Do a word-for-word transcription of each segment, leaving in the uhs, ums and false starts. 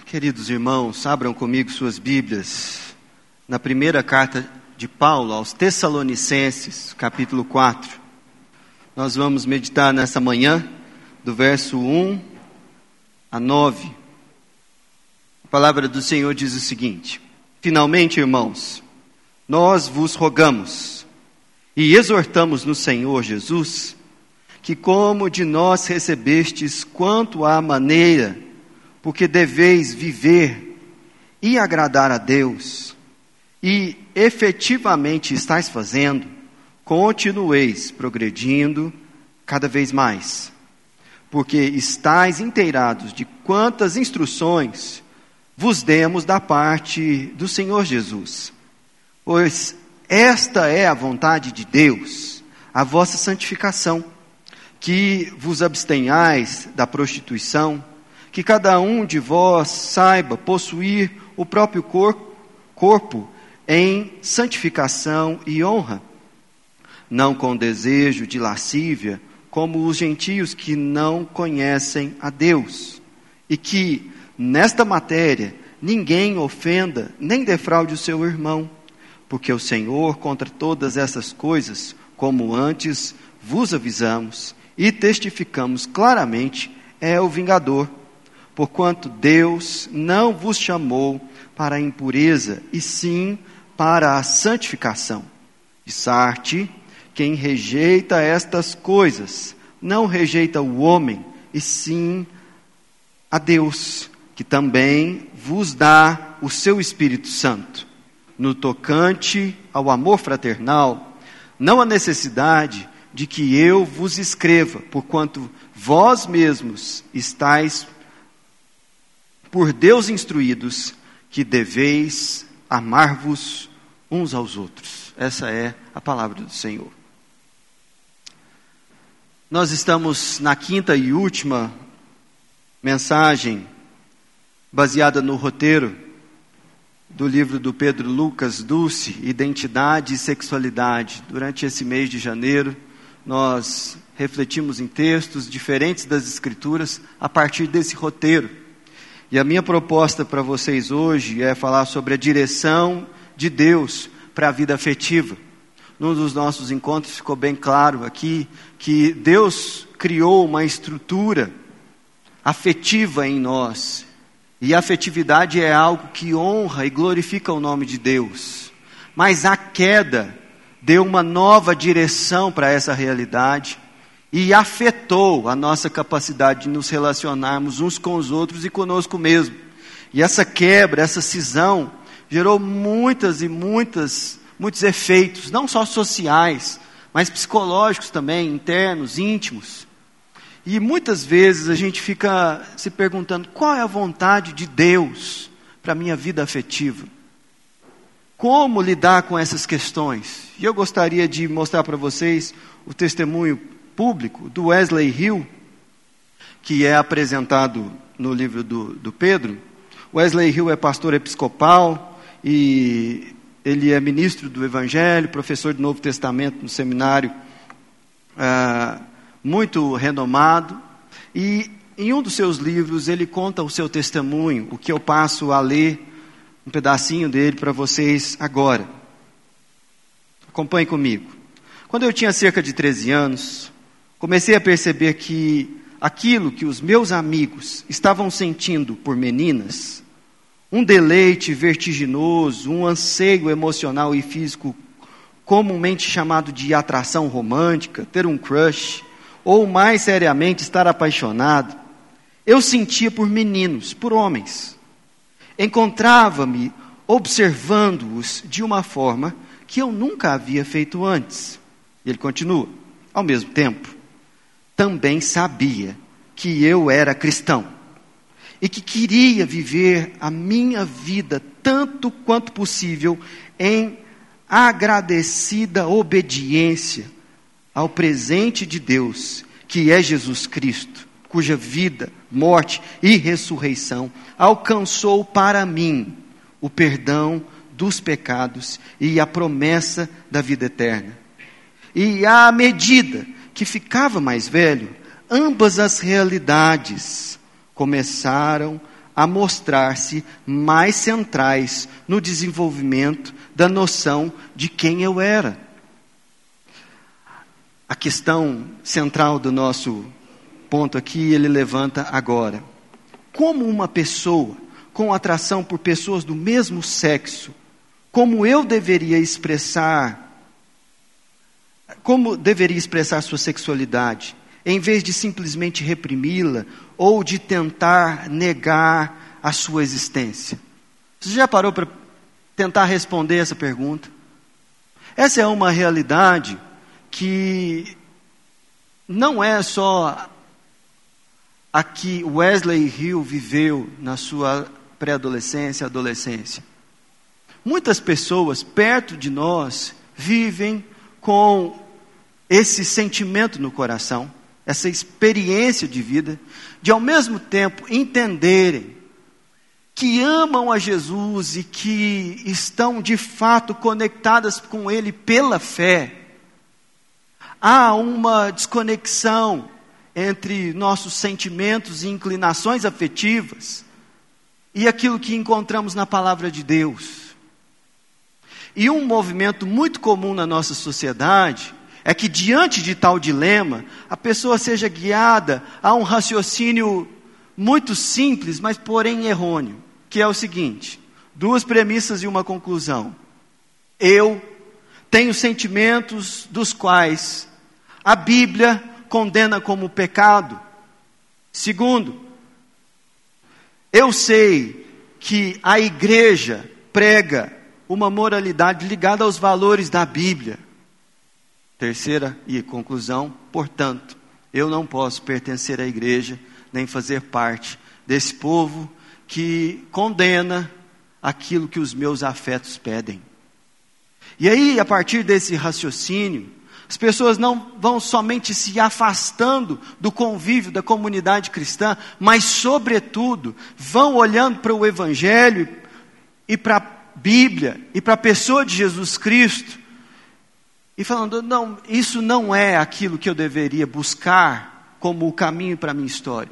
Queridos irmãos, abram comigo suas Bíblias na primeira carta de Paulo aos Tessalonicenses, capítulo quatro. Nós vamos meditar nessa manhã do verso um a nove. A palavra do Senhor diz o seguinte: Finalmente, irmãos, nós vos rogamos e exortamos no Senhor Jesus que, como de nós recebestes quanto à maneira porque deveis viver e agradar a Deus, e efetivamente estáis fazendo, continueis progredindo cada vez mais, porque estáis inteirados de quantas instruções vos demos da parte do Senhor Jesus. Pois esta é a vontade de Deus, a vossa santificação, que vos abstenhais da prostituição, que cada um de vós saiba possuir o próprio corpo, corpo em santificação e honra, não com desejo de lascívia, como os gentios que não conhecem a Deus, e que, nesta matéria, ninguém ofenda nem defraude o seu irmão, porque o Senhor, contra todas essas coisas, como antes vos avisamos e testificamos claramente, é o vingador. Porquanto Deus não vos chamou para a impureza, e sim para a santificação. De Sarte, quem rejeita estas coisas, não rejeita o homem, e sim a Deus, que também vos dá o seu Espírito Santo. No tocante ao amor fraternal, não há necessidade de que eu vos escreva, porquanto vós mesmos estáis por Deus instruídos, que deveis amar-vos uns aos outros. Essa é a palavra do Senhor. Nós estamos na quinta e última mensagem, baseada no roteiro do livro do Pedro Lucas Dulce, Identidade e Sexualidade. Durante esse mês de janeiro, nós refletimos em textos diferentes das Escrituras a partir desse roteiro. E a minha proposta para vocês hoje é falar sobre a direção de Deus para a vida afetiva. Num dos nossos encontros ficou bem claro aqui que Deus criou uma estrutura afetiva em nós. E a afetividade é algo que honra e glorifica o nome de Deus. Mas a queda deu uma nova direção para essa realidade e afetou a nossa capacidade de nos relacionarmos uns com os outros e conosco mesmo. E essa quebra, essa cisão, gerou muitas e muitas, muitos efeitos, não só sociais, mas psicológicos também, internos, íntimos. E muitas vezes a gente fica se perguntando, qual é a vontade de Deus para a minha vida afetiva? Como lidar com essas questões? E eu gostaria de mostrar para vocês o testemunho público do Wesley Hill, que é apresentado no livro do, do Pedro. Wesley Hill é pastor episcopal e ele é ministro do Evangelho, professor do Novo Testamento no seminário, ah, muito renomado. E em um dos seus livros ele conta o seu testemunho, o que eu passo a ler um pedacinho dele para vocês agora. Acompanhe comigo. Quando eu tinha cerca de treze anos, comecei a perceber que aquilo que os meus amigos estavam sentindo por meninas, um deleite vertiginoso, um anseio emocional e físico comumente chamado de atração romântica, ter um crush, ou mais seriamente estar apaixonado, eu sentia por meninos, por homens. Encontrava-me observando-os de uma forma que eu nunca havia feito antes. Ele continua, ao mesmo tempo, também sabia que eu era cristão e que queria viver a minha vida tanto quanto possível em agradecida obediência ao presente de Deus, que é Jesus Cristo, cuja vida, morte e ressurreição alcançou para mim o perdão dos pecados e a promessa da vida eterna. E à medida que ficava mais velho, ambas as realidades começaram a mostrar-se mais centrais no desenvolvimento da noção de quem eu era. A questão central do nosso ponto aqui, ele levanta agora. Como uma pessoa com atração por pessoas do mesmo sexo, como eu deveria expressar, como deveria expressar sua sexualidade, em vez de simplesmente reprimi-la ou de tentar negar a sua existência? Você já parou para tentar responder essa pergunta? Essa é uma realidade que não é só a que Wesley Hill viveu na sua pré-adolescência e adolescência. Muitas pessoas perto de nós vivem com esse sentimento no coração, essa experiência de vida, de ao mesmo tempo entenderem que amam a Jesus e que estão de fato conectadas com Ele pela fé. Há uma desconexão entre nossos sentimentos e inclinações afetivas e aquilo que encontramos na palavra de Deus. E um movimento muito comum na nossa sociedade é que, diante de tal dilema, a pessoa seja guiada a um raciocínio muito simples, mas porém errôneo, que é o seguinte: duas premissas e uma conclusão. Eu tenho sentimentos dos quais a Bíblia condena como pecado. Segundo, eu sei que a igreja prega uma moralidade ligada aos valores da Bíblia. Terceira e conclusão, portanto, eu não posso pertencer à igreja, nem fazer parte desse povo que condena aquilo que os meus afetos pedem. E aí, a partir desse raciocínio, as pessoas não vão somente se afastando do convívio da comunidade cristã, mas, sobretudo, vão olhando para o Evangelho e para a Bíblia e para a pessoa de Jesus Cristo e falando: não, isso não é aquilo que eu deveria buscar como o caminho para a minha história.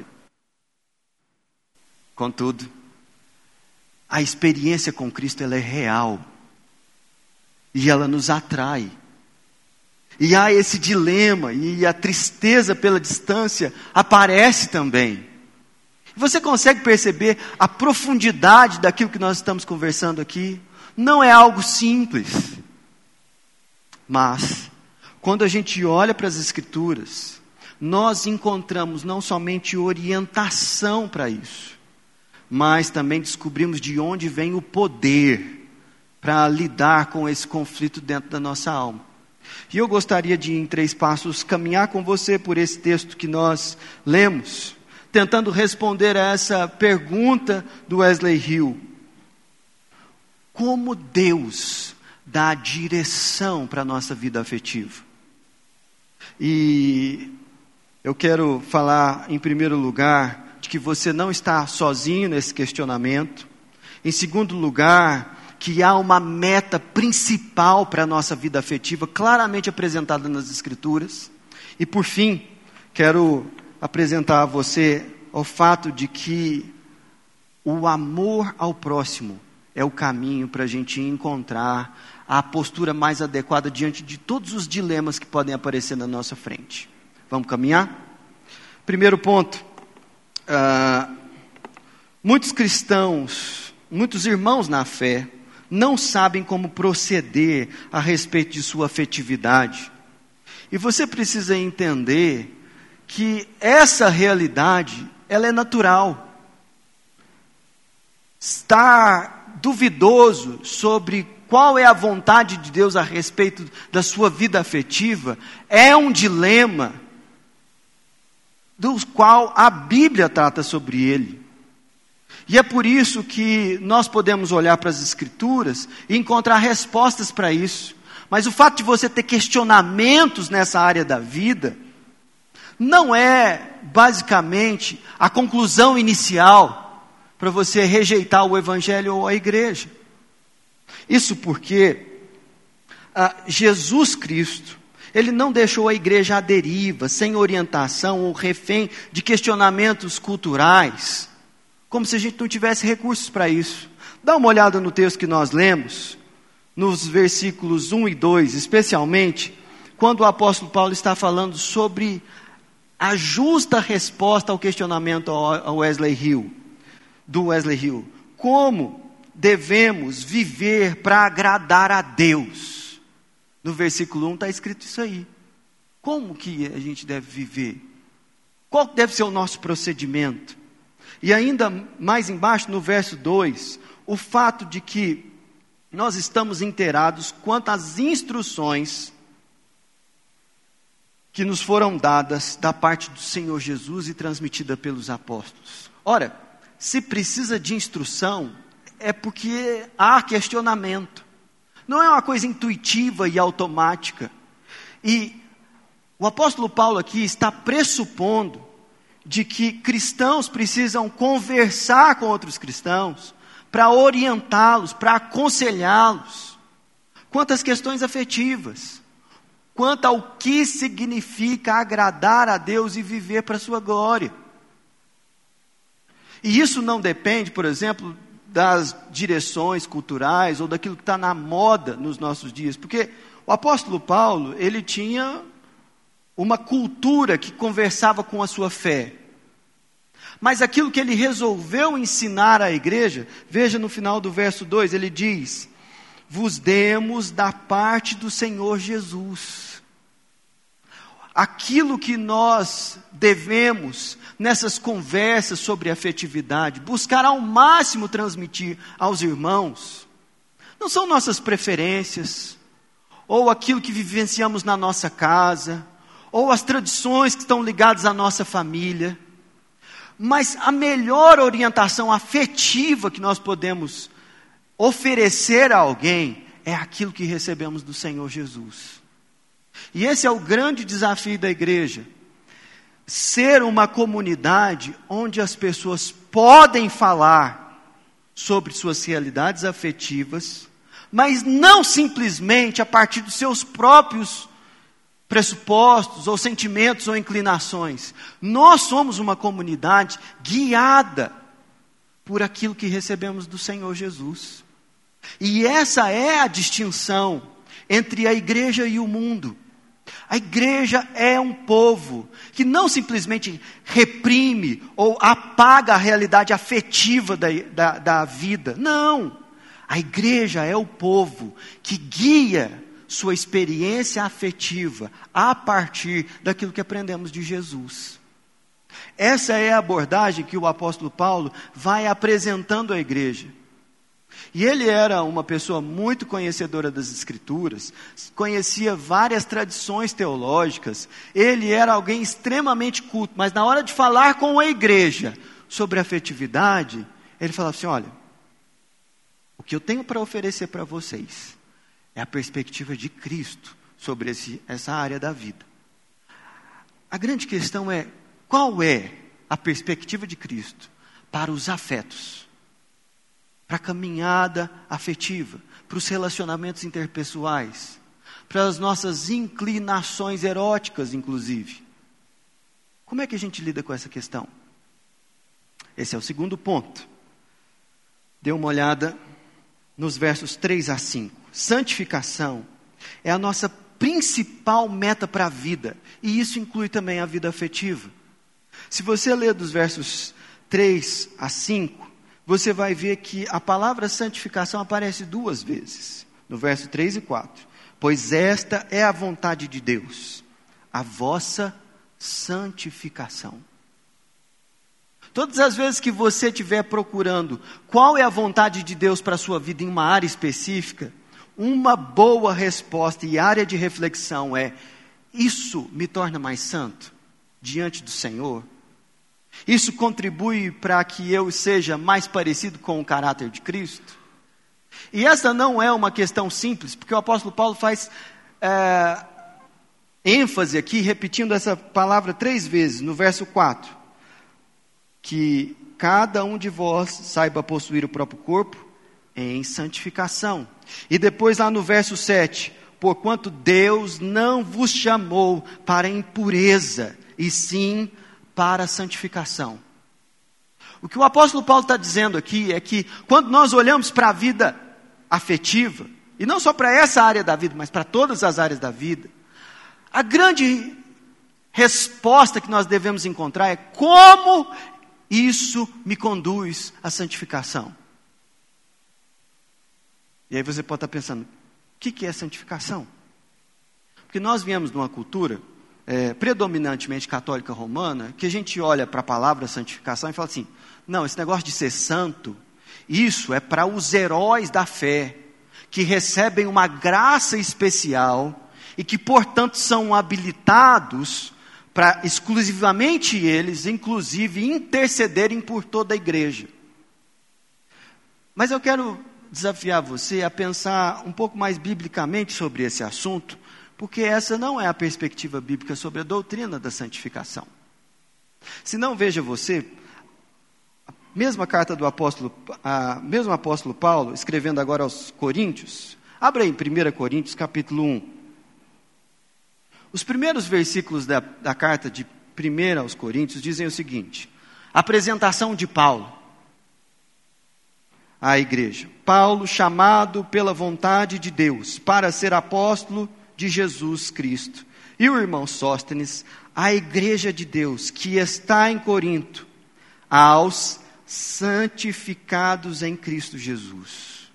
Contudo, a experiência com Cristo, ela é real e ela nos atrai. E há esse dilema, e a tristeza pela distância aparece também. Você consegue perceber a profundidade daquilo que nós estamos conversando aqui? Não é algo simples. Mas, quando a gente olha para as Escrituras, nós encontramos não somente orientação para isso, mas também descobrimos de onde vem o poder para lidar com esse conflito dentro da nossa alma. E eu gostaria de, em três passos, caminhar com você por esse texto que nós lemos, tentando responder a essa pergunta do Wesley Hill. Como Deus dá direção para a nossa vida afetiva? E eu quero falar, em primeiro lugar, de que você não está sozinho nesse questionamento. Em segundo lugar, que há uma meta principal para a nossa vida afetiva, claramente apresentada nas Escrituras. E por fim, quero apresentar a você o fato de que o amor ao próximo é o caminho para a gente encontrar a postura mais adequada diante de todos os dilemas que podem aparecer na nossa frente. Vamos caminhar? Primeiro ponto, uh, muitos cristãos, muitos irmãos na fé, não sabem como proceder a respeito de sua afetividade. E você precisa entender que essa realidade, ela é natural. Estar duvidoso sobre qual é a vontade de Deus a respeito da sua vida afetiva é um dilema do qual a Bíblia trata sobre ele. E é por isso que nós podemos olhar para as Escrituras e encontrar respostas para isso. Mas o fato de você ter questionamentos nessa área da vida não é, basicamente, a conclusão inicial para você rejeitar o Evangelho ou a igreja. Isso porque ah, Jesus Cristo, Ele não deixou a igreja à deriva, sem orientação ou refém de questionamentos culturais, como se a gente não tivesse recursos para isso. Dá uma olhada no texto que nós lemos, nos versículos um e dois, especialmente, quando o apóstolo Paulo está falando sobre a justa resposta ao questionamento ao Wesley Hill, do Wesley Hill. Como devemos viver para agradar a Deus? No versículo um está escrito isso aí. Como que a gente deve viver? Qual deve ser o nosso procedimento? E ainda mais embaixo, no verso dois, o fato de que nós estamos inteirados quanto às instruções que nos foram dadas da parte do Senhor Jesus e transmitida pelos apóstolos. Ora, se precisa de instrução, é porque há questionamento. Não é uma coisa intuitiva e automática. E o apóstolo Paulo aqui está pressupondo de que cristãos precisam conversar com outros cristãos para orientá-los, para aconselhá-los quanto às questões afetivas, quanto ao que significa agradar a Deus e viver para a sua glória. E isso não depende, por exemplo, das direções culturais ou daquilo que está na moda nos nossos dias, porque o apóstolo Paulo, ele tinha uma cultura que conversava com a sua fé. Mas aquilo que ele resolveu ensinar à igreja, veja no final do verso dois, ele diz: vos demos da parte do Senhor Jesus. Aquilo que nós devemos, nessas conversas sobre afetividade, buscar ao máximo transmitir aos irmãos, não são nossas preferências, ou aquilo que vivenciamos na nossa casa, ou as tradições que estão ligadas à nossa família, mas a melhor orientação afetiva que nós podemos oferecer a alguém é aquilo que recebemos do Senhor Jesus. E esse é o grande desafio da igreja, ser uma comunidade onde as pessoas podem falar sobre suas realidades afetivas, mas não simplesmente a partir dos seus próprios pressupostos, ou sentimentos, ou inclinações. Nós somos uma comunidade guiada por aquilo que recebemos do Senhor Jesus. E essa é a distinção entre a igreja e o mundo. A igreja é um povo que não simplesmente reprime ou apaga a realidade afetiva da, da, da vida. Não! A igreja é o povo que guia sua experiência afetiva a partir daquilo que aprendemos de Jesus. Essa é a abordagem que o apóstolo Paulo vai apresentando à igreja. E ele era uma pessoa muito conhecedora das Escrituras, conhecia várias tradições teológicas, ele era alguém extremamente culto, mas na hora de falar com a igreja sobre afetividade, ele falava assim: olha, o que eu tenho para oferecer para vocês é a perspectiva de Cristo sobre esse, essa área da vida. A grande questão é, qual é a perspectiva de Cristo para os afetos? Para a caminhada afetiva, para os relacionamentos interpessoais, para as nossas inclinações eróticas, inclusive. Como é que a gente lida com essa questão? Esse é o segundo ponto. Dê uma olhada nos versos três a cinco. Santificação é a nossa principal meta para a vida, e isso inclui também a vida afetiva. Se você ler dos versos três a cinco, você vai ver que a palavra santificação aparece duas vezes, no verso três e quatro. Pois esta é a vontade de Deus, a vossa santificação. Todas as vezes que você estiver procurando qual é a vontade de Deus para a sua vida em uma área específica, uma boa resposta e área de reflexão é: isso me torna mais santo diante do Senhor? Isso contribui para que eu seja mais parecido com o caráter de Cristo? E essa não é uma questão simples, porque o apóstolo Paulo faz é, ênfase aqui, repetindo essa palavra três vezes, no verso quatro. Que cada um de vós saiba possuir o próprio corpo em santificação. E depois lá no verso sete, porquanto Deus não vos chamou para impureza, e sim para a santificação. O que o apóstolo Paulo está dizendo aqui é que quando nós olhamos para a vida afetiva, e não só para essa área da vida, mas para todas as áreas da vida, a grande resposta que nós devemos encontrar é como isso me conduz à santificação. E aí você pode estar pensando, o que, que é santificação? Porque nós viemos de uma cultura é, predominantemente católica romana, que a gente olha para a palavra santificação e fala assim, não, esse negócio de ser santo, isso é para os heróis da fé, que recebem uma graça especial e que, portanto, são habilitados para exclusivamente eles, inclusive, intercederem por toda a igreja. Mas eu quero desafiar você a pensar um pouco mais biblicamente sobre esse assunto, porque essa não é a perspectiva bíblica sobre a doutrina da santificação. Se não, veja você, a mesma carta do apóstolo, a mesmo apóstolo Paulo, escrevendo agora aos Coríntios, abra aí em primeira Coríntios capítulo um. Os primeiros versículos da, da carta de primeira aos Coríntios dizem o seguinte, apresentação de Paulo à igreja. Paulo, chamado pela vontade de Deus para ser apóstolo de Jesus Cristo, e o irmão Sóstenes, a igreja de Deus que está em Corinto, aos santificados em Cristo Jesus,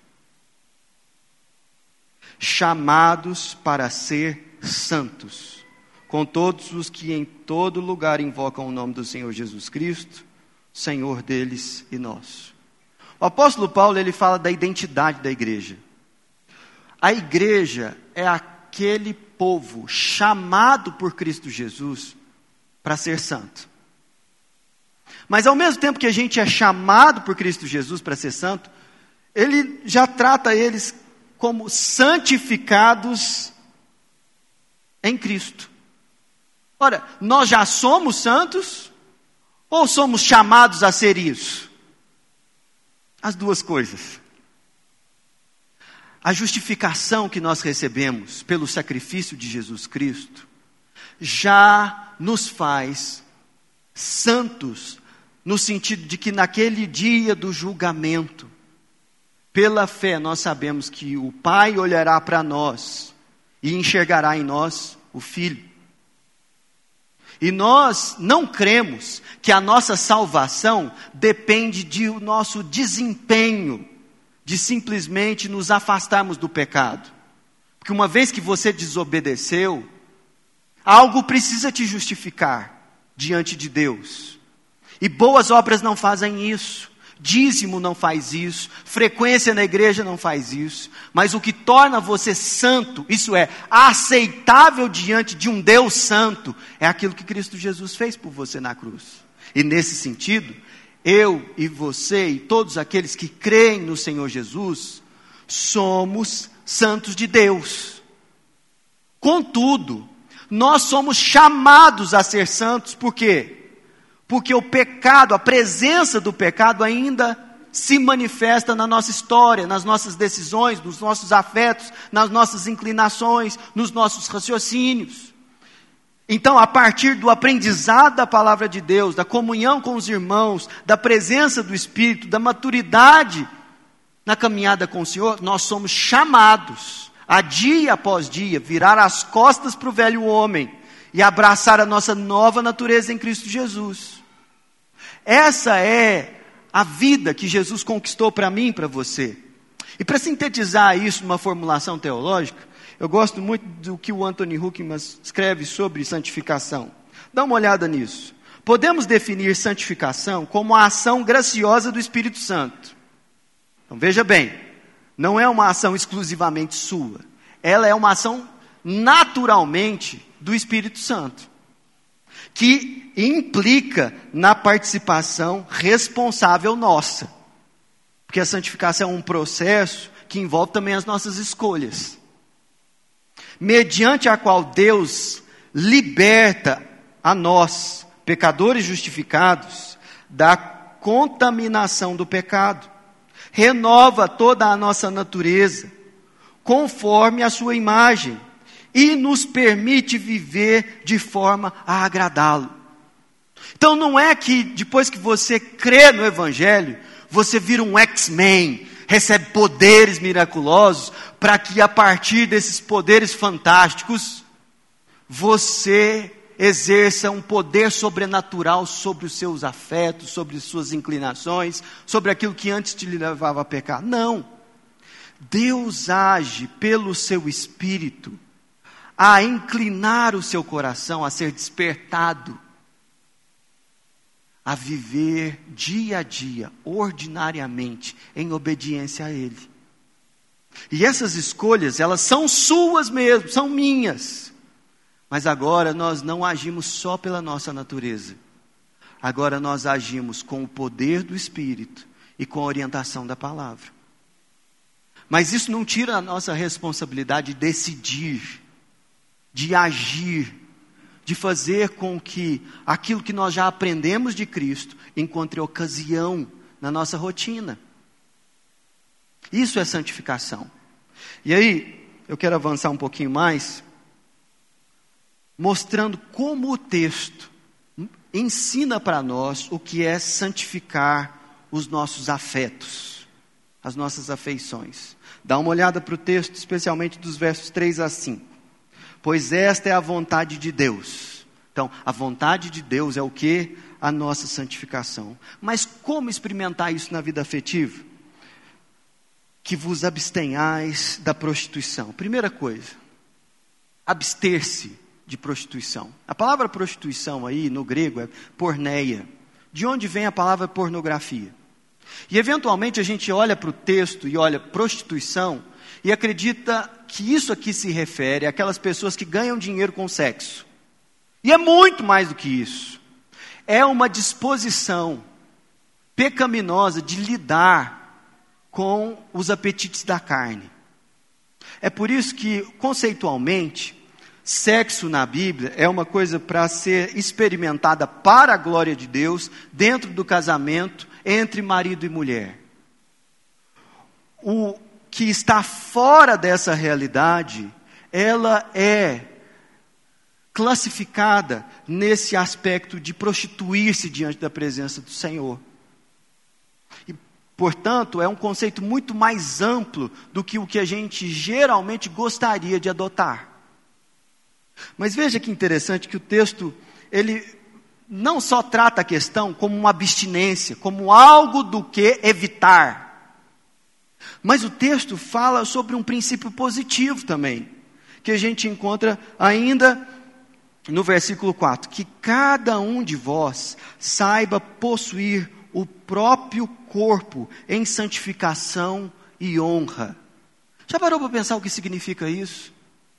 chamados para ser santos, com todos os que em todo lugar invocam o nome do Senhor Jesus Cristo, Senhor deles e nosso. O apóstolo Paulo, ele fala da identidade da igreja. A igreja é aquele povo chamado por Cristo Jesus para ser santo. Mas ao mesmo tempo que a gente é chamado por Cristo Jesus para ser santo, ele já trata eles como santificados em Cristo. Ora, nós já somos santos ou somos chamados a ser isso? As duas coisas. A justificação que nós recebemos pelo sacrifício de Jesus Cristo já nos faz santos, no sentido de que naquele dia do julgamento, pela fé nós sabemos que o Pai olhará para nós e enxergará em nós o Filho. E nós não cremos que a nossa salvação depende do nosso desempenho de simplesmente nos afastarmos do pecado. Porque uma vez que você desobedeceu, algo precisa te justificar diante de Deus. E boas obras não fazem isso. Dízimo não faz isso, frequência na igreja não faz isso, mas o que torna você santo, isso é, aceitável diante de um Deus santo, é aquilo que Cristo Jesus fez por você na cruz. E nesse sentido, eu e você e todos aqueles que creem no Senhor Jesus, somos santos de Deus. Contudo, nós somos chamados a ser santos, por quê? Porque o pecado, a presença do pecado ainda se manifesta na nossa história, nas nossas decisões, nos nossos afetos, nas nossas inclinações, nos nossos raciocínios. Então, a partir do aprendizado da palavra de Deus, da comunhão com os irmãos, da presença do Espírito, da maturidade na caminhada com o Senhor, nós somos chamados a dia após dia virar as costas para o velho homem e abraçar a nossa nova natureza em Cristo Jesus. Essa é a vida que Jesus conquistou para mim e para você. E para sintetizar isso numa formulação teológica, eu gosto muito do que o Anthony Huckman escreve sobre santificação. Dá uma olhada nisso. Podemos definir santificação como a ação graciosa do Espírito Santo. Então veja bem, não é uma ação exclusivamente sua. Ela é uma ação naturalmente do Espírito Santo, que implica na participação responsável nossa. Porque a santificação é um processo que envolve também as nossas escolhas, mediante a qual Deus liberta a nós, pecadores justificados, da contaminação do pecado, renova toda a nossa natureza, conforme a sua imagem, e nos permite viver de forma a agradá-lo. Então não é que depois que você crê no Evangelho, você vira um X-Men, recebe poderes miraculosos, para que a partir desses poderes fantásticos, você exerça um poder sobrenatural sobre os seus afetos, sobre suas inclinações, sobre aquilo que antes te levava a pecar. Não. Deus age pelo seu Espírito a inclinar o seu coração, a ser despertado, a viver dia a dia, ordinariamente, em obediência a Ele. E essas escolhas, elas são suas mesmo, são minhas. Mas agora nós não agimos só pela nossa natureza. Agora nós agimos com o poder do Espírito e com a orientação da palavra. Mas isso não tira a nossa responsabilidade de decidir, de agir, de fazer com que aquilo que nós já aprendemos de Cristo encontre ocasião na nossa rotina. Isso é santificação. E aí, eu quero avançar um pouquinho mais, mostrando como o texto ensina para nós o que é santificar os nossos afetos, as nossas afeições. Dá uma olhada para o texto, especialmente dos versos três a cinco. Pois esta é a vontade de Deus. Então, a vontade de Deus é o quê? A nossa santificação. Mas como experimentar isso na vida afetiva? Que vos abstenhais da prostituição. Primeira coisa, abster-se de prostituição. A palavra prostituição aí no grego é porneia. De onde vem a palavra pornografia? E eventualmente a gente olha para o texto e olha prostituição e acredita que isso aqui se refere àquelas pessoas que ganham dinheiro com sexo. E é muito mais do que isso. É uma disposição pecaminosa de lidar com os apetites da carne. É por isso que, conceitualmente, sexo na Bíblia é uma coisa para ser experimentada para a glória de Deus, dentro do casamento, entre marido e mulher. O que está fora dessa realidade, ela é classificada nesse aspecto de prostituir-se diante da presença do Senhor. E, portanto, é um conceito muito mais amplo do que o que a gente geralmente gostaria de adotar. Mas veja que interessante que o texto, ele não só trata a questão como uma abstinência, como algo do que evitar. Mas o texto fala sobre um princípio positivo também, que a gente encontra ainda no versículo quatro. Que cada um de vós saiba possuir o próprio corpo em santificação e honra. Já parou para pensar o que significa isso?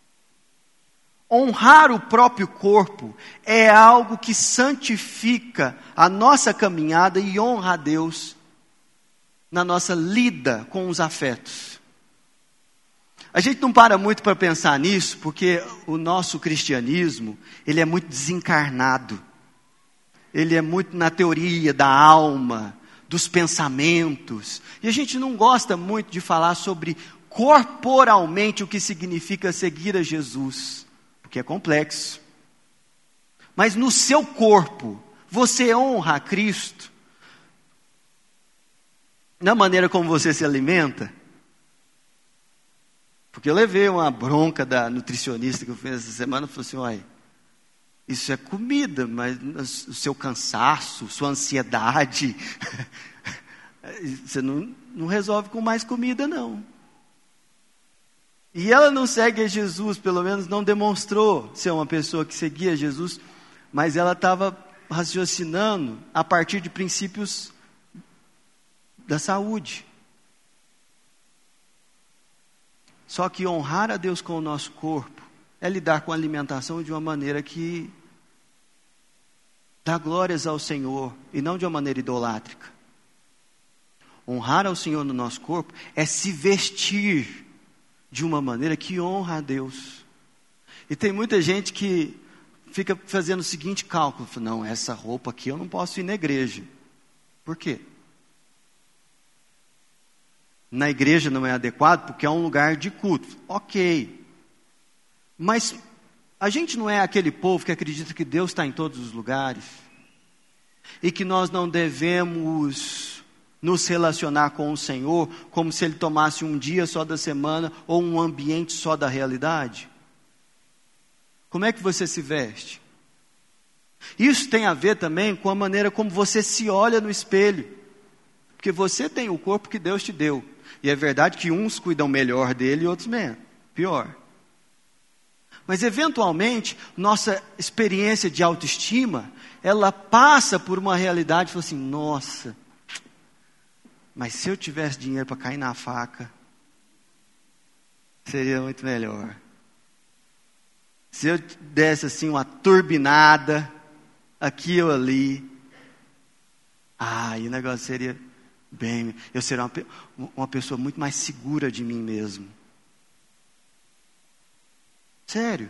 Honrar o próprio corpo é algo que santifica a nossa caminhada e honra a Deus na nossa lida com os afetos. A gente não para muito para pensar nisso, porque o nosso cristianismo, ele é muito desencarnado. Ele é muito na teoria da alma, dos pensamentos. E a gente não gosta muito de falar sobre corporalmente o que significa seguir a Jesus, porque é complexo. Mas no seu corpo, você honra a Cristo na maneira como você se alimenta? Porque eu levei uma bronca da nutricionista que eu fiz essa semana, falou assim, olha, isso é comida, mas o seu cansaço, sua ansiedade, você não, não resolve com mais comida, não. E ela não segue a Jesus, pelo menos não demonstrou ser uma pessoa que seguia Jesus, mas ela estava raciocinando a partir de princípios da saúde. Só que honrar a Deus com o nosso corpo é lidar com a alimentação de uma maneira que dá glórias ao Senhor e não de uma maneira idolátrica. Honrar ao Senhor no nosso corpo é se vestir de uma maneira que honra a Deus. E tem muita gente que fica fazendo o seguinte cálculo, não, essa roupa aqui eu não posso ir na igreja. Por quê? Na igreja não é adequado porque é um lugar de culto. Ok. Mas a gente não é aquele povo que acredita que Deus está em todos os lugares. e que nós não devemos nos relacionar com o Senhor como se Ele tomasse um dia só da semana ou um ambiente só da realidade? Como é que você se veste? Isso tem a ver também com a maneira como você se olha no espelho. Porque você tem o corpo que Deus te deu. E é verdade que uns cuidam melhor dele e outros menos, pior. Mas eventualmente, nossa experiência de autoestima, ela passa por uma realidade e fala assim, nossa, mas se eu tivesse dinheiro para cair na faca, seria muito melhor. Se eu desse assim uma turbinada, aqui ou ali, ah, e o negócio seria bem, eu seria uma, uma pessoa muito mais segura de mim mesmo. Sério.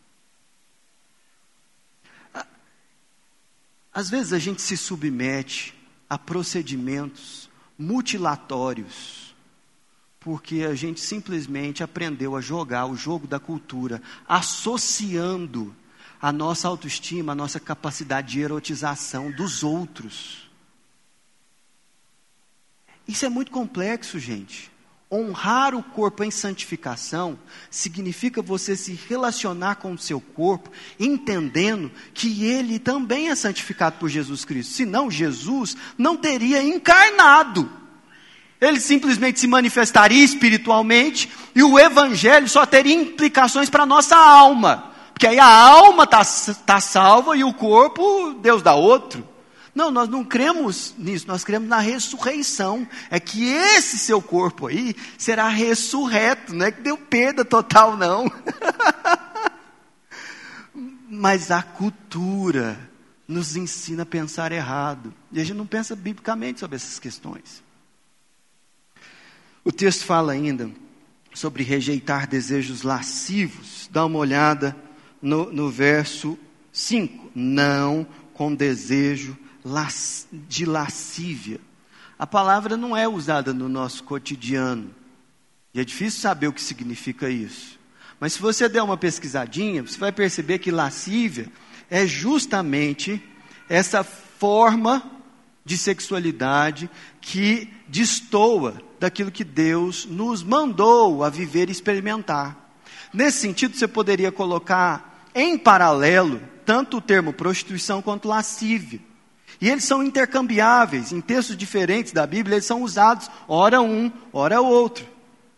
Às vezes a gente se submete a procedimentos mutilatórios, porque a gente simplesmente aprendeu a jogar o jogo da cultura, associando a nossa autoestima, a nossa capacidade de erotização dos outros. Isso é muito complexo, gente. Honrar o corpo em santificação significa você se relacionar com o seu corpo, entendendo que ele também é santificado por Jesus Cristo. Senão, Jesus não teria encarnado. Ele simplesmente se manifestaria espiritualmente e o evangelho só teria implicações para a nossa alma. Porque aí a alma está tá salva e o corpo, Deus dá outro. Não, nós não cremos nisso, nós cremos na ressurreição. É que esse seu corpo aí será ressurreto, não é que deu perda total não. Mas a cultura nos ensina a pensar errado. E a gente não pensa biblicamente sobre essas questões. O texto fala ainda sobre rejeitar desejos lascivos. Dá uma olhada no, no verso cinco. Não com desejo de lascívia. A palavra não é usada no nosso cotidiano. E é difícil saber o que significa isso. Mas se você der uma pesquisadinha, você vai perceber que lascívia é justamente essa forma de sexualidade que destoa daquilo que Deus nos mandou a viver e experimentar. Nesse sentido, você poderia colocar em paralelo tanto o termo prostituição quanto lascívia. E eles são intercambiáveis, em textos diferentes da Bíblia, eles são usados, ora um, ora outro.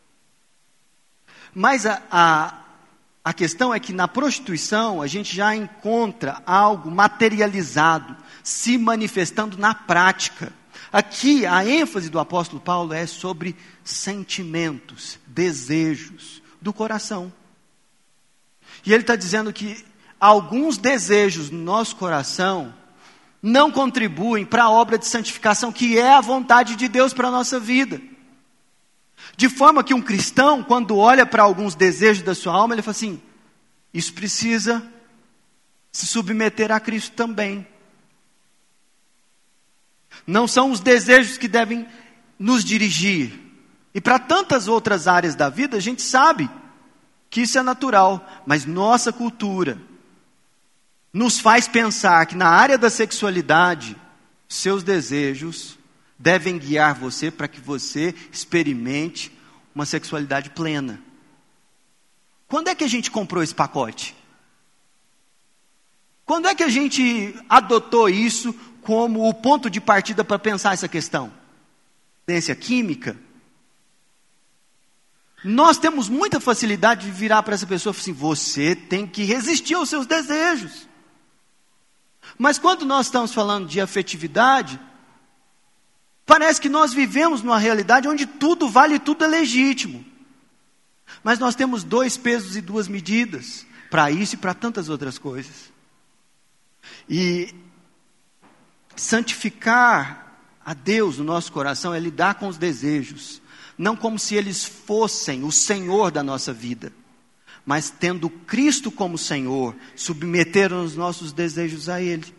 Mas a, a, a questão é que na prostituição, a gente já encontra algo materializado, se manifestando na prática. Aqui, a ênfase do apóstolo Paulo é sobre sentimentos, desejos do coração. E ele está dizendo que alguns desejos no nosso coração não contribuem para a obra de santificação, que é a vontade de Deus para a nossa vida. De forma que um cristão, quando olha para alguns desejos da sua alma, ele fala assim, isso precisa se submeter a Cristo também. Não são os desejos que devem nos dirigir. E para tantas outras áreas da vida, a gente sabe que isso é natural, mas nossa cultura nos faz pensar que na área da sexualidade, seus desejos devem guiar você para que você experimente uma sexualidade plena. Quando é que a gente comprou esse pacote? Quando é que a gente adotou isso como o ponto de partida para pensar essa questão? Ciência química? Nós temos muita facilidade de virar para essa pessoa e falar assim, você tem que resistir aos seus desejos. Mas quando nós estamos falando de afetividade, parece que nós vivemos numa realidade onde tudo vale e tudo é legítimo. Mas nós temos dois pesos e duas medidas para isso e para tantas outras coisas. E santificar a Deus no nosso coração é lidar com os desejos, não como se eles fossem o Senhor da nossa vida, mas tendo Cristo como Senhor, submeter os nossos desejos a Ele.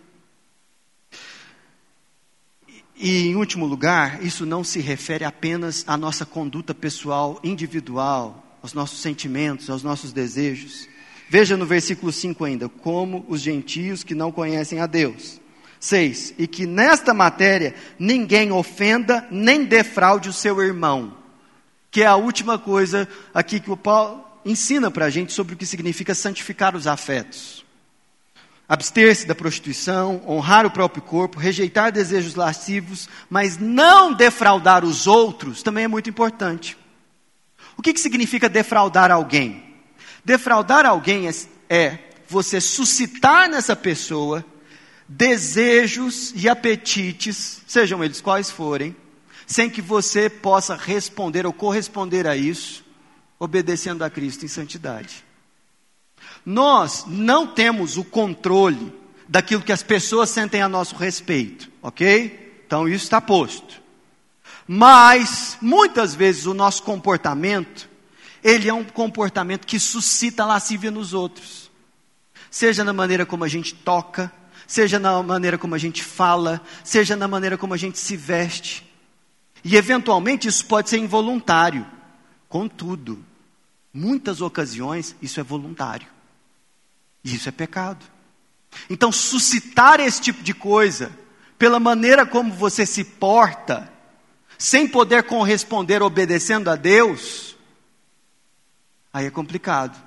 E em último lugar, isso não se refere apenas à nossa conduta pessoal, individual, aos nossos sentimentos, aos nossos desejos. Veja no versículo cinco ainda, como os gentios que não conhecem a Deus. seis. E que nesta matéria ninguém ofenda nem defraude o seu irmão. Que é a última coisa aqui que o Paulo ensina para a gente sobre o que significa santificar os afetos. Abster-se da prostituição, honrar o próprio corpo, rejeitar desejos lascivos, mas não defraudar os outros, também é muito importante. O que, que significa defraudar alguém? Defraudar alguém é, é você suscitar nessa pessoa desejos e apetites, sejam eles quais forem, sem que você possa responder ou corresponder a isso, obedecendo a Cristo em santidade. Nós não temos o controle daquilo que as pessoas sentem a nosso respeito, ok? Então isso está posto. Mas, muitas vezes, o nosso comportamento, ele é um comportamento que suscita lascívia nos outros. Seja na maneira como a gente toca, seja na maneira como a gente fala, seja na maneira como a gente se veste. E, eventualmente, isso pode ser involuntário. Contudo, muitas ocasiões, isso é voluntário. E isso é pecado. Então, suscitar esse tipo de coisa, pela maneira como você se porta, sem poder corresponder obedecendo a Deus, aí é complicado.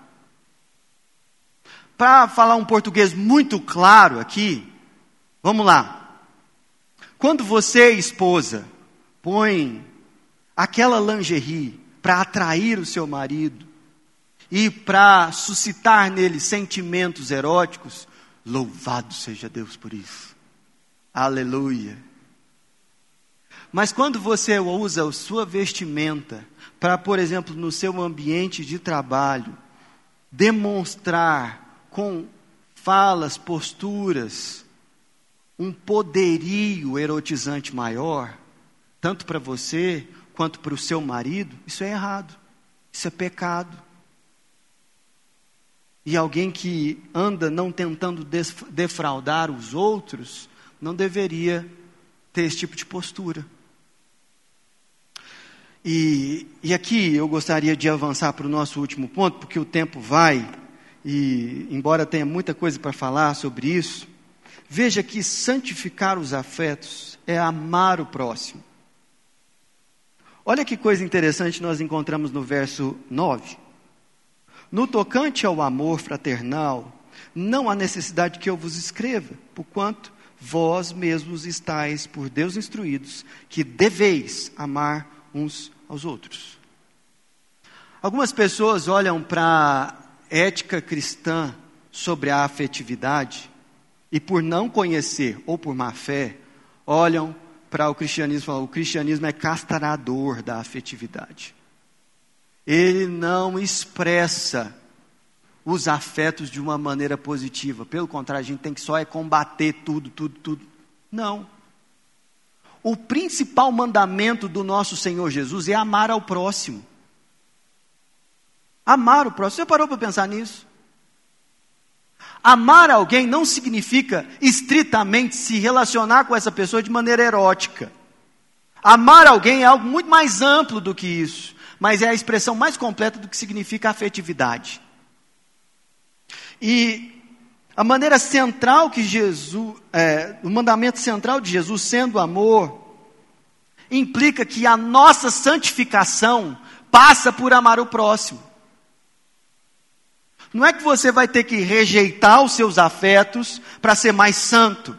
Para falar um português muito claro aqui, vamos lá. Quando você, esposa, põe aquela lingerie para atrair o seu marido e para suscitar nele sentimentos eróticos, louvado seja Deus por isso. Aleluia. Mas quando você usa a sua vestimenta para, por exemplo, no seu ambiente de trabalho, demonstrar com falas, posturas, um poderio erotizante maior, tanto para você quanto para o seu marido, isso é errado, isso é pecado. E alguém que anda não tentando defraudar os outros, não deveria ter esse tipo de postura. E, e aqui eu gostaria de avançar para o nosso último ponto, porque o tempo vai, e embora tenha muita coisa para falar sobre isso, veja que santificar os afetos é amar o próximo. Olha que coisa interessante nós encontramos no verso nove. No tocante ao amor fraternal, não há necessidade que eu vos escreva, porquanto vós mesmos estáis por Deus instruídos, que deveis amar uns aos outros. Algumas pessoas olham para a ética cristã sobre a afetividade e, por não conhecer ou por má fé, olham para o cristianismo e falam: o cristianismo é castrador da afetividade. Ele não expressa os afetos de uma maneira positiva. Pelo contrário, a gente tem que só é combater tudo, tudo, tudo. Não. O principal mandamento do nosso Senhor Jesus é amar ao próximo. Amar o próximo. Você parou para pensar nisso? Amar alguém não significa estritamente se relacionar com essa pessoa de maneira erótica. Amar alguém é algo muito mais amplo do que isso, mas é a expressão mais completa do que significa afetividade. E a maneira central que Jesus, é, o mandamento central de Jesus, sendo amor, implica que a nossa santificação passa por amar o próximo. Não é que você vai ter que rejeitar os seus afetos para ser mais santo.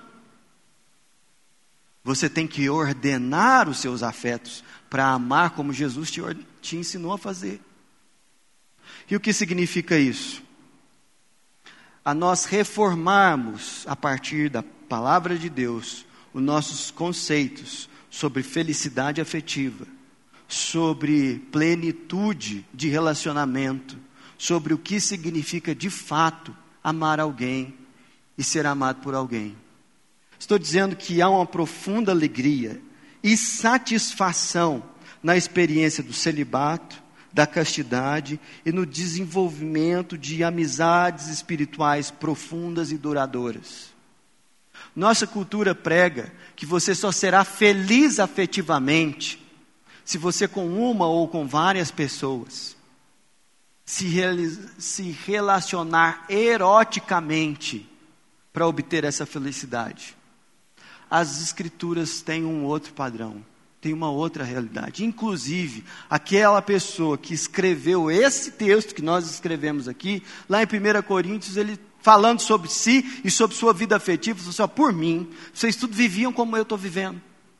Você tem que ordenar os seus afetos para amar como Jesus te, te ensinou a fazer. E o que significa isso? A nós reformarmos, a partir da palavra de Deus, os nossos conceitos sobre felicidade afetiva, sobre plenitude de relacionamento, sobre o que significa de fato amar alguém e ser amado por alguém. Estou dizendo que há uma profunda alegria e satisfação na experiência do celibato, da castidade e no desenvolvimento de amizades espirituais profundas e duradouras. Nossa cultura prega que você só será feliz afetivamente se você com uma ou com várias pessoas se, se relacionar eroticamente para obter essa felicidade. as Escrituras têm um outro padrão, tem uma outra realidade. Inclusive, aquela pessoa que escreveu esse texto que nós escrevemos aqui, lá em primeira Coríntios, ele falando sobre si e sobre sua vida afetiva, falou assim, ó, por mim, vocês tudo viviam como eu estou vivendo.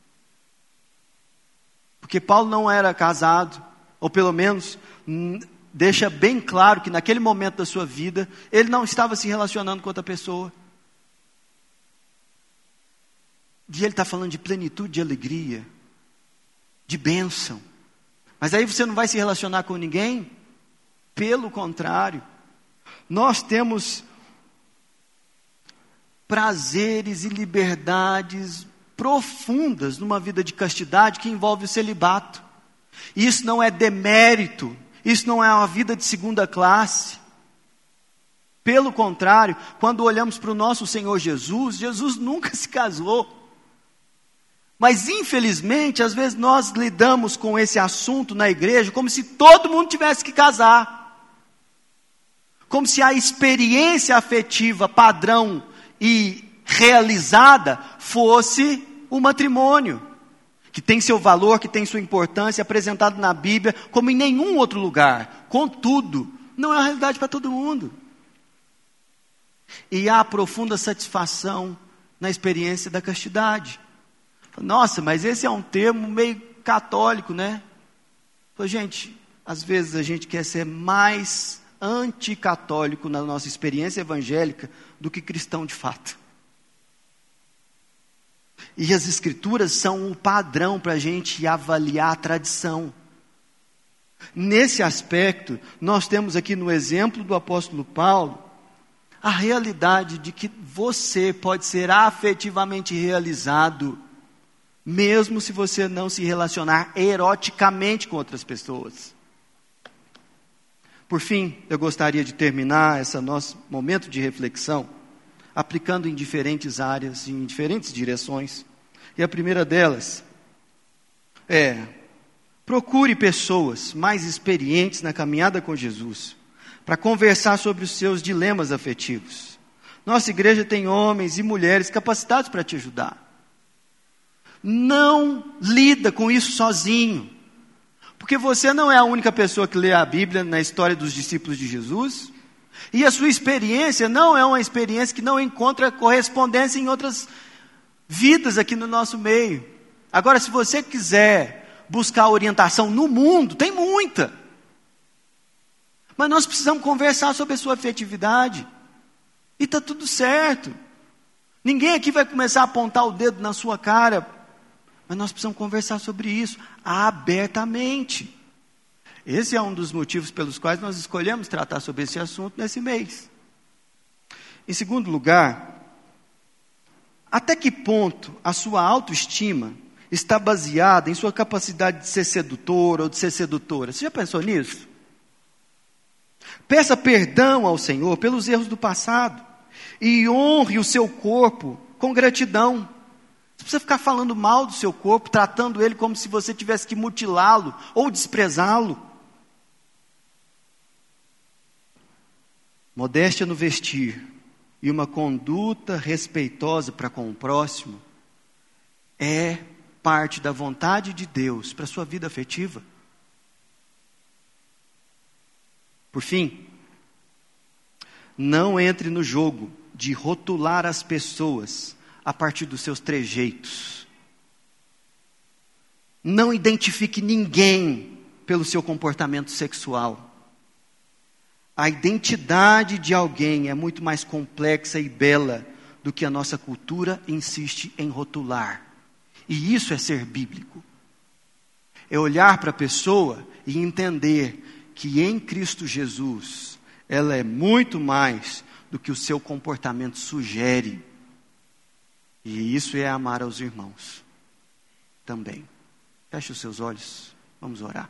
Porque Paulo não era casado, ou pelo menos deixa bem claro que naquele momento da sua vida, ele não estava se relacionando com outra pessoa. E ele está falando de plenitude, de alegria, de bênção. Mas aí você não vai se relacionar com ninguém? Pelo contrário, nós temos prazeres e liberdades profundas numa vida de castidade que envolve o celibato. Isso não é demérito, isso não é uma vida de segunda classe. Pelo contrário, quando olhamos para o nosso Senhor Jesus, Jesus nunca se casou. Mas infelizmente, às vezes nós lidamos com esse assunto na igreja como se todo mundo tivesse que casar. Como se a experiência afetiva padrão e realizada fosse o matrimônio, que tem seu valor, que tem sua importância, apresentado na Bíblia como em nenhum outro lugar. Contudo, não é uma realidade para todo mundo. E há profunda satisfação na experiência da castidade. Nossa, mas esse é um termo meio católico, né? Então, gente, às vezes a gente quer ser mais anticatólico na nossa experiência evangélica do que cristão de fato. E as Escrituras são um padrão para a gente avaliar a tradição. Nesse aspecto, nós temos aqui no exemplo do apóstolo Paulo, a realidade de que você pode ser afetivamente realizado, mesmo se você não se relacionar eroticamente com outras pessoas. Por fim, eu gostaria de terminar esse nosso momento de reflexão, aplicando em diferentes áreas, em diferentes direções. E a primeira delas é: procure pessoas mais experientes na caminhada com Jesus, para conversar sobre os seus dilemas afetivos. Nossa igreja tem homens e mulheres capacitados para te ajudar. Não lida com isso sozinho, porque você não é a única pessoa que lê a Bíblia na história dos discípulos de Jesus, e a sua experiência não é uma experiência que não encontra correspondência em outras vidas aqui no nosso meio. Agora, se você quiser buscar orientação no mundo, tem muita, mas nós precisamos conversar sobre a sua afetividade, e está tudo certo. Ninguém aqui vai começar a apontar o dedo na sua cara, mas nós precisamos conversar sobre isso abertamente. Esse é um dos motivos pelos quais nós escolhemos tratar sobre esse assunto nesse mês. Em segundo lugar, até que ponto a sua autoestima está baseada em sua capacidade de ser sedutor ou de ser sedutora? Você já pensou nisso? Peça perdão ao Senhor pelos erros do passado e honre o seu corpo com gratidão. Você precisa ficar falando mal do seu corpo, tratando ele como se você tivesse que mutilá-lo ou desprezá-lo. Modéstia no vestir e uma conduta respeitosa para com o próximo é parte da vontade de Deus para a sua vida afetiva. Por fim, não entre no jogo de rotular as pessoas a partir dos seus trejeitos. Não identifique ninguém pelo seu comportamento sexual. A identidade de alguém é muito mais complexa e bela do que a nossa cultura insiste em rotular. E isso é ser bíblico. É olhar para a pessoa e entender que em Cristo Jesus, ela é muito mais do que o seu comportamento sugere. E isso é amar aos irmãos também. Feche os seus olhos, vamos orar.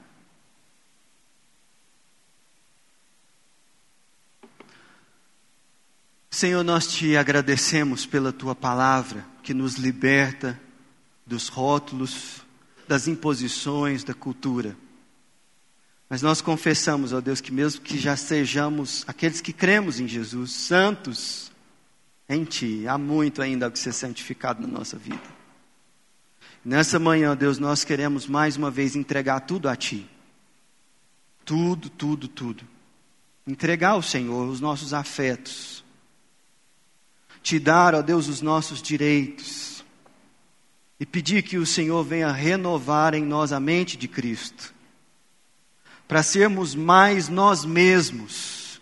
Senhor, nós te agradecemos pela tua palavra, que nos liberta dos rótulos, das imposições da cultura. Mas nós confessamos, ó Deus, que mesmo que já sejamos aqueles que cremos em Jesus, santos, em Ti. Há muito ainda que ser santificado na nossa vida. Nessa manhã, Deus, nós queremos mais uma vez entregar tudo a Ti. Tudo, tudo, tudo. Entregar ao Senhor os nossos afetos. Te dar, ó Deus, os nossos direitos. E pedir que o Senhor venha renovar em nós a mente de Cristo. Para sermos mais nós mesmos.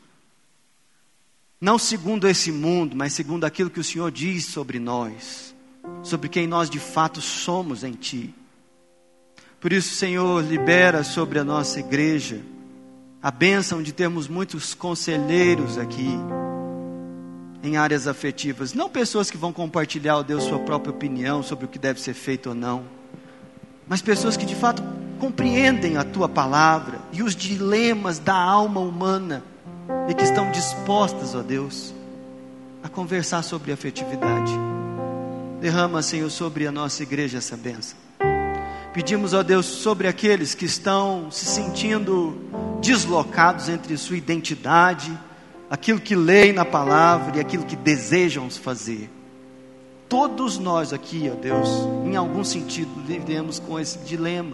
Não segundo esse mundo, mas segundo aquilo que o Senhor diz sobre nós. Sobre quem nós de fato somos em Ti. Por isso, Senhor, libera sobre a nossa igreja a bênção de termos muitos conselheiros aqui em áreas afetivas. Não pessoas que vão compartilhar, ó Deus, sua própria opinião sobre o que deve ser feito ou não, mas pessoas que de fato compreendem a Tua palavra e os dilemas da alma humana e que estão dispostas, ó Deus, a conversar sobre afetividade. Derrama, Senhor, sobre a nossa igreja essa bênção. Pedimos, ó Deus, sobre aqueles que estão se sentindo deslocados entre sua identidade, aquilo que leem na palavra e aquilo que desejam fazer. Todos nós aqui, ó Deus, em algum sentido, vivemos com esse dilema.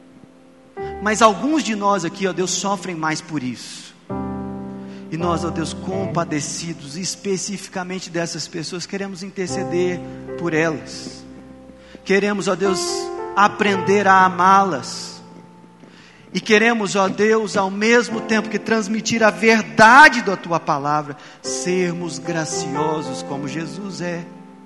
Mas alguns de nós aqui, ó Deus, sofrem mais por isso. E nós, ó Deus, compadecidos especificamente dessas pessoas, queremos interceder por elas. Queremos, ó Deus, aprender a amá-las. E queremos, ó Deus, ao mesmo tempo que transmitir a verdade da Tua palavra, sermos graciosos como Jesus é.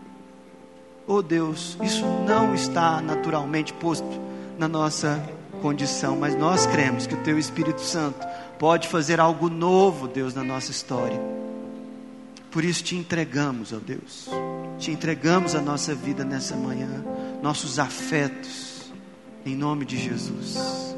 Ó Deus, isso não está naturalmente posto na nossa condição, mas nós cremos que o Teu Espírito Santo pode fazer algo novo, Deus, na nossa história. Por isso Te entregamos, ó Deus, Te entregamos a nossa vida nessa manhã, nossos afetos, em nome de Jesus.